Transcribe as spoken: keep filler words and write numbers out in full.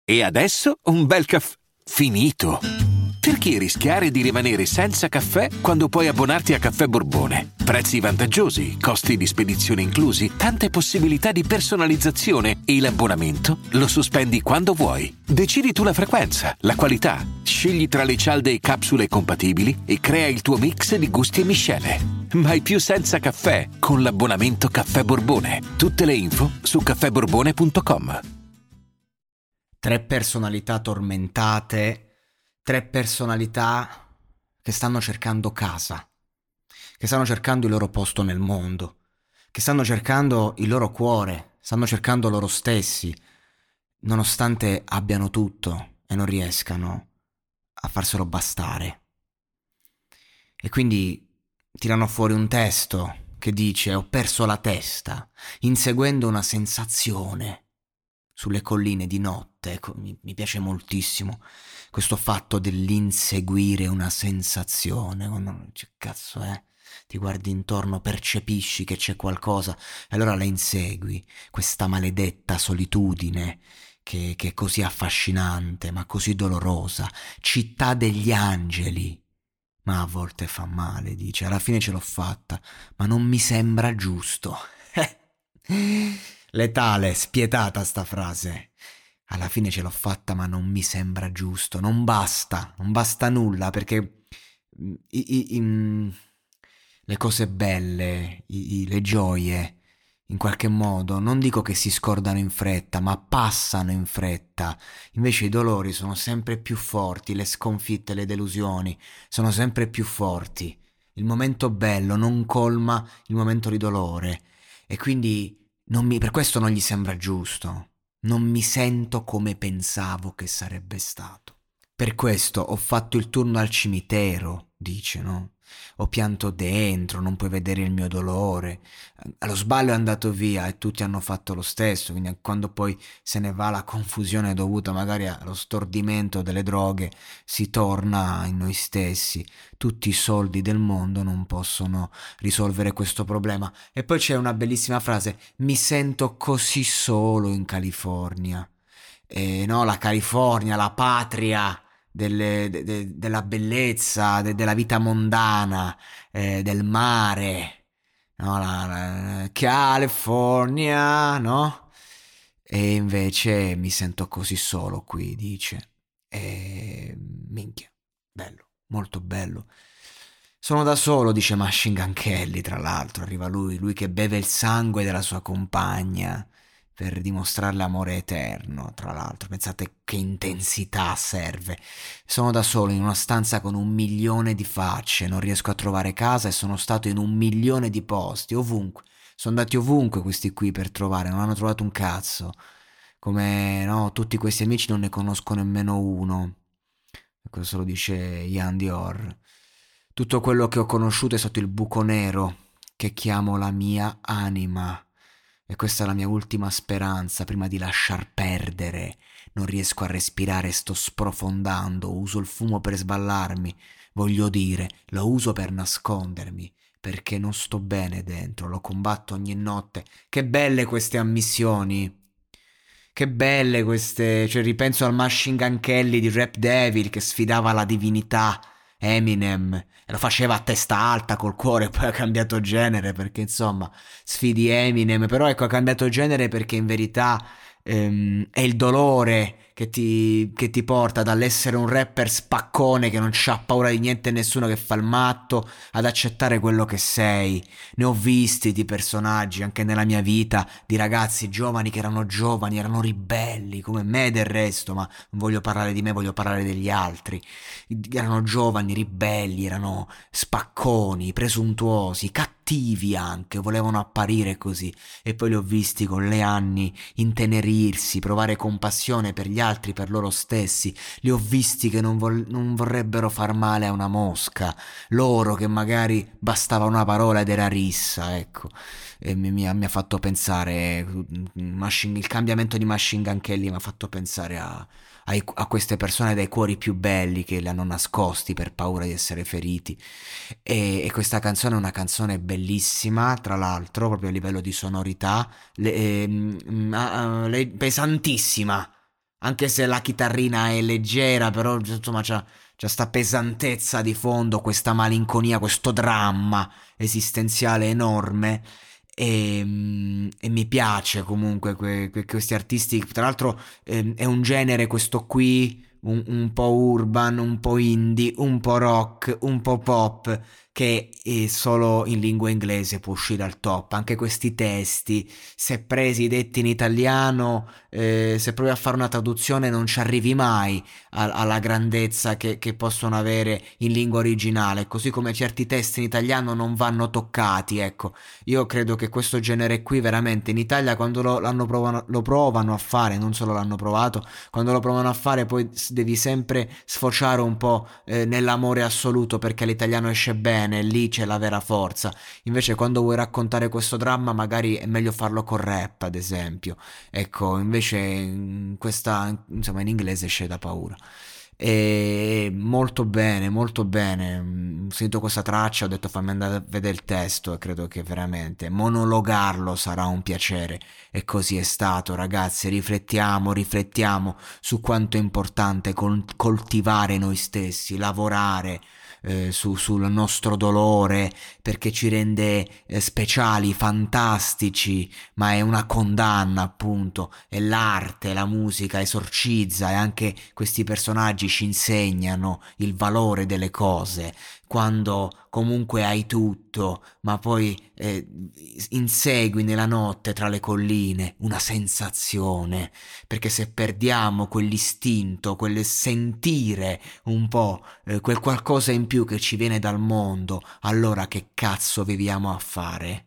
E adesso un bel caffè finito. Perché rischiare di rimanere senza caffè quando puoi abbonarti a Caffè Borbone? Prezzi vantaggiosi, costi di spedizione inclusi, tante possibilità di personalizzazione e l'abbonamento lo sospendi quando vuoi. Decidi tu la frequenza, la qualità, scegli tra le cialde e capsule compatibili e crea il tuo mix di gusti e miscele. Mai più senza caffè con l'abbonamento Caffè Borbone. Tutte le info su caffè borbone punto com. Tre personalità tormentate, tre personalità che stanno cercando casa, che stanno cercando il loro posto nel mondo, che stanno cercando il loro cuore, stanno cercando loro stessi, nonostante abbiano tutto e non riescano a farselo bastare. E quindi tirano fuori un testo che dice: ho perso la testa inseguendo una sensazione sulle colline di notte. Ecco, mi, mi piace moltissimo questo fatto dell'inseguire una sensazione. Oh, no, che cazzo è? Ti guardi intorno, percepisci che c'è qualcosa e allora la insegui, questa maledetta solitudine che, che è così affascinante ma così dolorosa, città degli angeli. Ma a volte fa male, dice, alla fine ce l'ho fatta, ma non mi sembra giusto. Letale, spietata sta frase. Alla fine ce l'ho fatta, ma non mi sembra giusto. Non basta, non basta nulla, perché i, i, i, le cose belle, i, le gioie, in qualche modo, non dico che si scordano in fretta, ma passano in fretta. Invece i dolori sono sempre più forti, le sconfitte, le delusioni sono sempre più forti. Il momento bello non colma il momento di dolore e quindi non mi, per questo non gli sembra giusto. Non mi sento come pensavo che sarebbe stato. Per questo ho fatto il turno al cimitero, dice, no? Ho pianto dentro, non puoi vedere il mio dolore. Allo sbaglio è andato via e tutti hanno fatto lo stesso, quindi quando poi se ne va la confusione dovuta magari allo stordimento delle droghe, si torna in noi stessi. Tutti i soldi del mondo non possono risolvere questo problema. E poi c'è una bellissima frase: mi sento così solo in California. E no, la California, la patria delle, de, de, della bellezza, de, della vita mondana, eh, del mare, no? La, la, California, no? E invece mi sento così solo qui, dice. E minchia, bello, molto bello. Sono da solo, dice Machine Gun Kelly, tra l'altro, arriva lui, lui che beve il sangue della sua compagna per dimostrarle amore eterno, tra l'altro. Pensate che intensità serve. Sono da solo in una stanza con un milione di facce, non riesco a trovare casa e sono stato in un milione di posti, ovunque. Sono andati ovunque questi qui per trovare, non hanno trovato un cazzo. Come, no, tutti questi amici non ne conosco nemmeno uno. Questo lo dice Ian Dior. Tutto quello che ho conosciuto è stato il buco nero, che chiamo la mia anima. E questa è la mia ultima speranza prima di lasciar perdere. Non riesco a respirare, sto sprofondando, uso il fumo per sballarmi. Voglio dire, lo uso per nascondermi, perché non sto bene dentro, lo combatto ogni notte. Che belle queste ammissioni! Che belle queste... Cioè, ripenso al Machine Gun Kelly di Rap Devil che sfidava la divinità, Eminem, e lo faceva a testa alta col cuore, poi ha cambiato genere perché insomma sfidi Eminem, però ecco ha cambiato genere perché in verità ehm, è il dolore che ti, che ti porta dall'essere un rapper spaccone che non c'ha paura di niente e nessuno, che fa il matto, ad accettare quello che sei. Ne ho visti di personaggi anche nella mia vita, di ragazzi giovani che erano giovani, erano ribelli come me del resto, ma non voglio parlare di me, voglio parlare degli altri. Erano giovani, ribelli, erano spacconi, presuntuosi, cattivi anche, volevano apparire così, e poi li ho visti con gli anni intenerirsi, provare compassione per gli altri, per loro stessi. Li ho visti che non, vol- non vorrebbero far male a una mosca, loro che magari bastava una parola ed era rissa, ecco. E mi, mi ha, mi ha fatto pensare, Machine, il cambiamento di Machine Gun Kelly mi ha fatto pensare a Ai, a queste persone dai cuori più belli che li hanno nascosti per paura di essere feriti. E, e questa canzone è una canzone bellissima, tra l'altro, proprio a livello di sonorità, le, ehm, ah, ah, le- pesantissima, Anche se la chitarrina è leggera, però insomma c'ha, c'ha sta pesantezza di fondo, questa malinconia, questo dramma esistenziale enorme. E, mm, e mi piace comunque que- que- questi artisti. Tra l'altro ehm, è un genere questo qui, un, un po' urban, un po' indie, un po' rock, un po' pop, che eh, solo in lingua inglese può uscire al top. Anche questi testi, se presi detti in italiano, eh, se provi a fare una traduzione non ci arrivi mai a- alla grandezza che, che possono avere in lingua originale, così come certi testi in italiano non vanno toccati, ecco. Io credo che questo genere qui veramente in Italia quando lo, l'hanno provano, lo provano a fare, non solo l'hanno provato, quando lo provano a fare poi s- devi sempre sfociare un po' eh, nell'amore assoluto perché l'italiano esce bene, lì c'è la vera forza. Invece quando vuoi raccontare questo dramma magari è meglio farlo con rap, ad esempio. Ecco, invece in questa, insomma, in inglese esce da paura. E molto bene, molto bene. Mm, Ho sentito questa traccia, ho detto fammi andare a vedere il testo e credo che veramente monologarlo sarà un piacere. E così è stato, ragazzi. Riflettiamo, riflettiamo su quanto è importante col- coltivare noi stessi, lavorare eh, su- sul nostro dolore perché ci rende eh, speciali, fantastici, ma è una condanna, appunto. E l'arte, la musica esorcizza e anche questi personaggi ci insegnano il valore delle cose. Quando comunque hai tutto, ma poi eh, insegui nella notte tra le colline una sensazione, perché se perdiamo quell'istinto, quel sentire un po', eh, quel qualcosa in più che ci viene dal mondo, allora che cazzo viviamo a fare?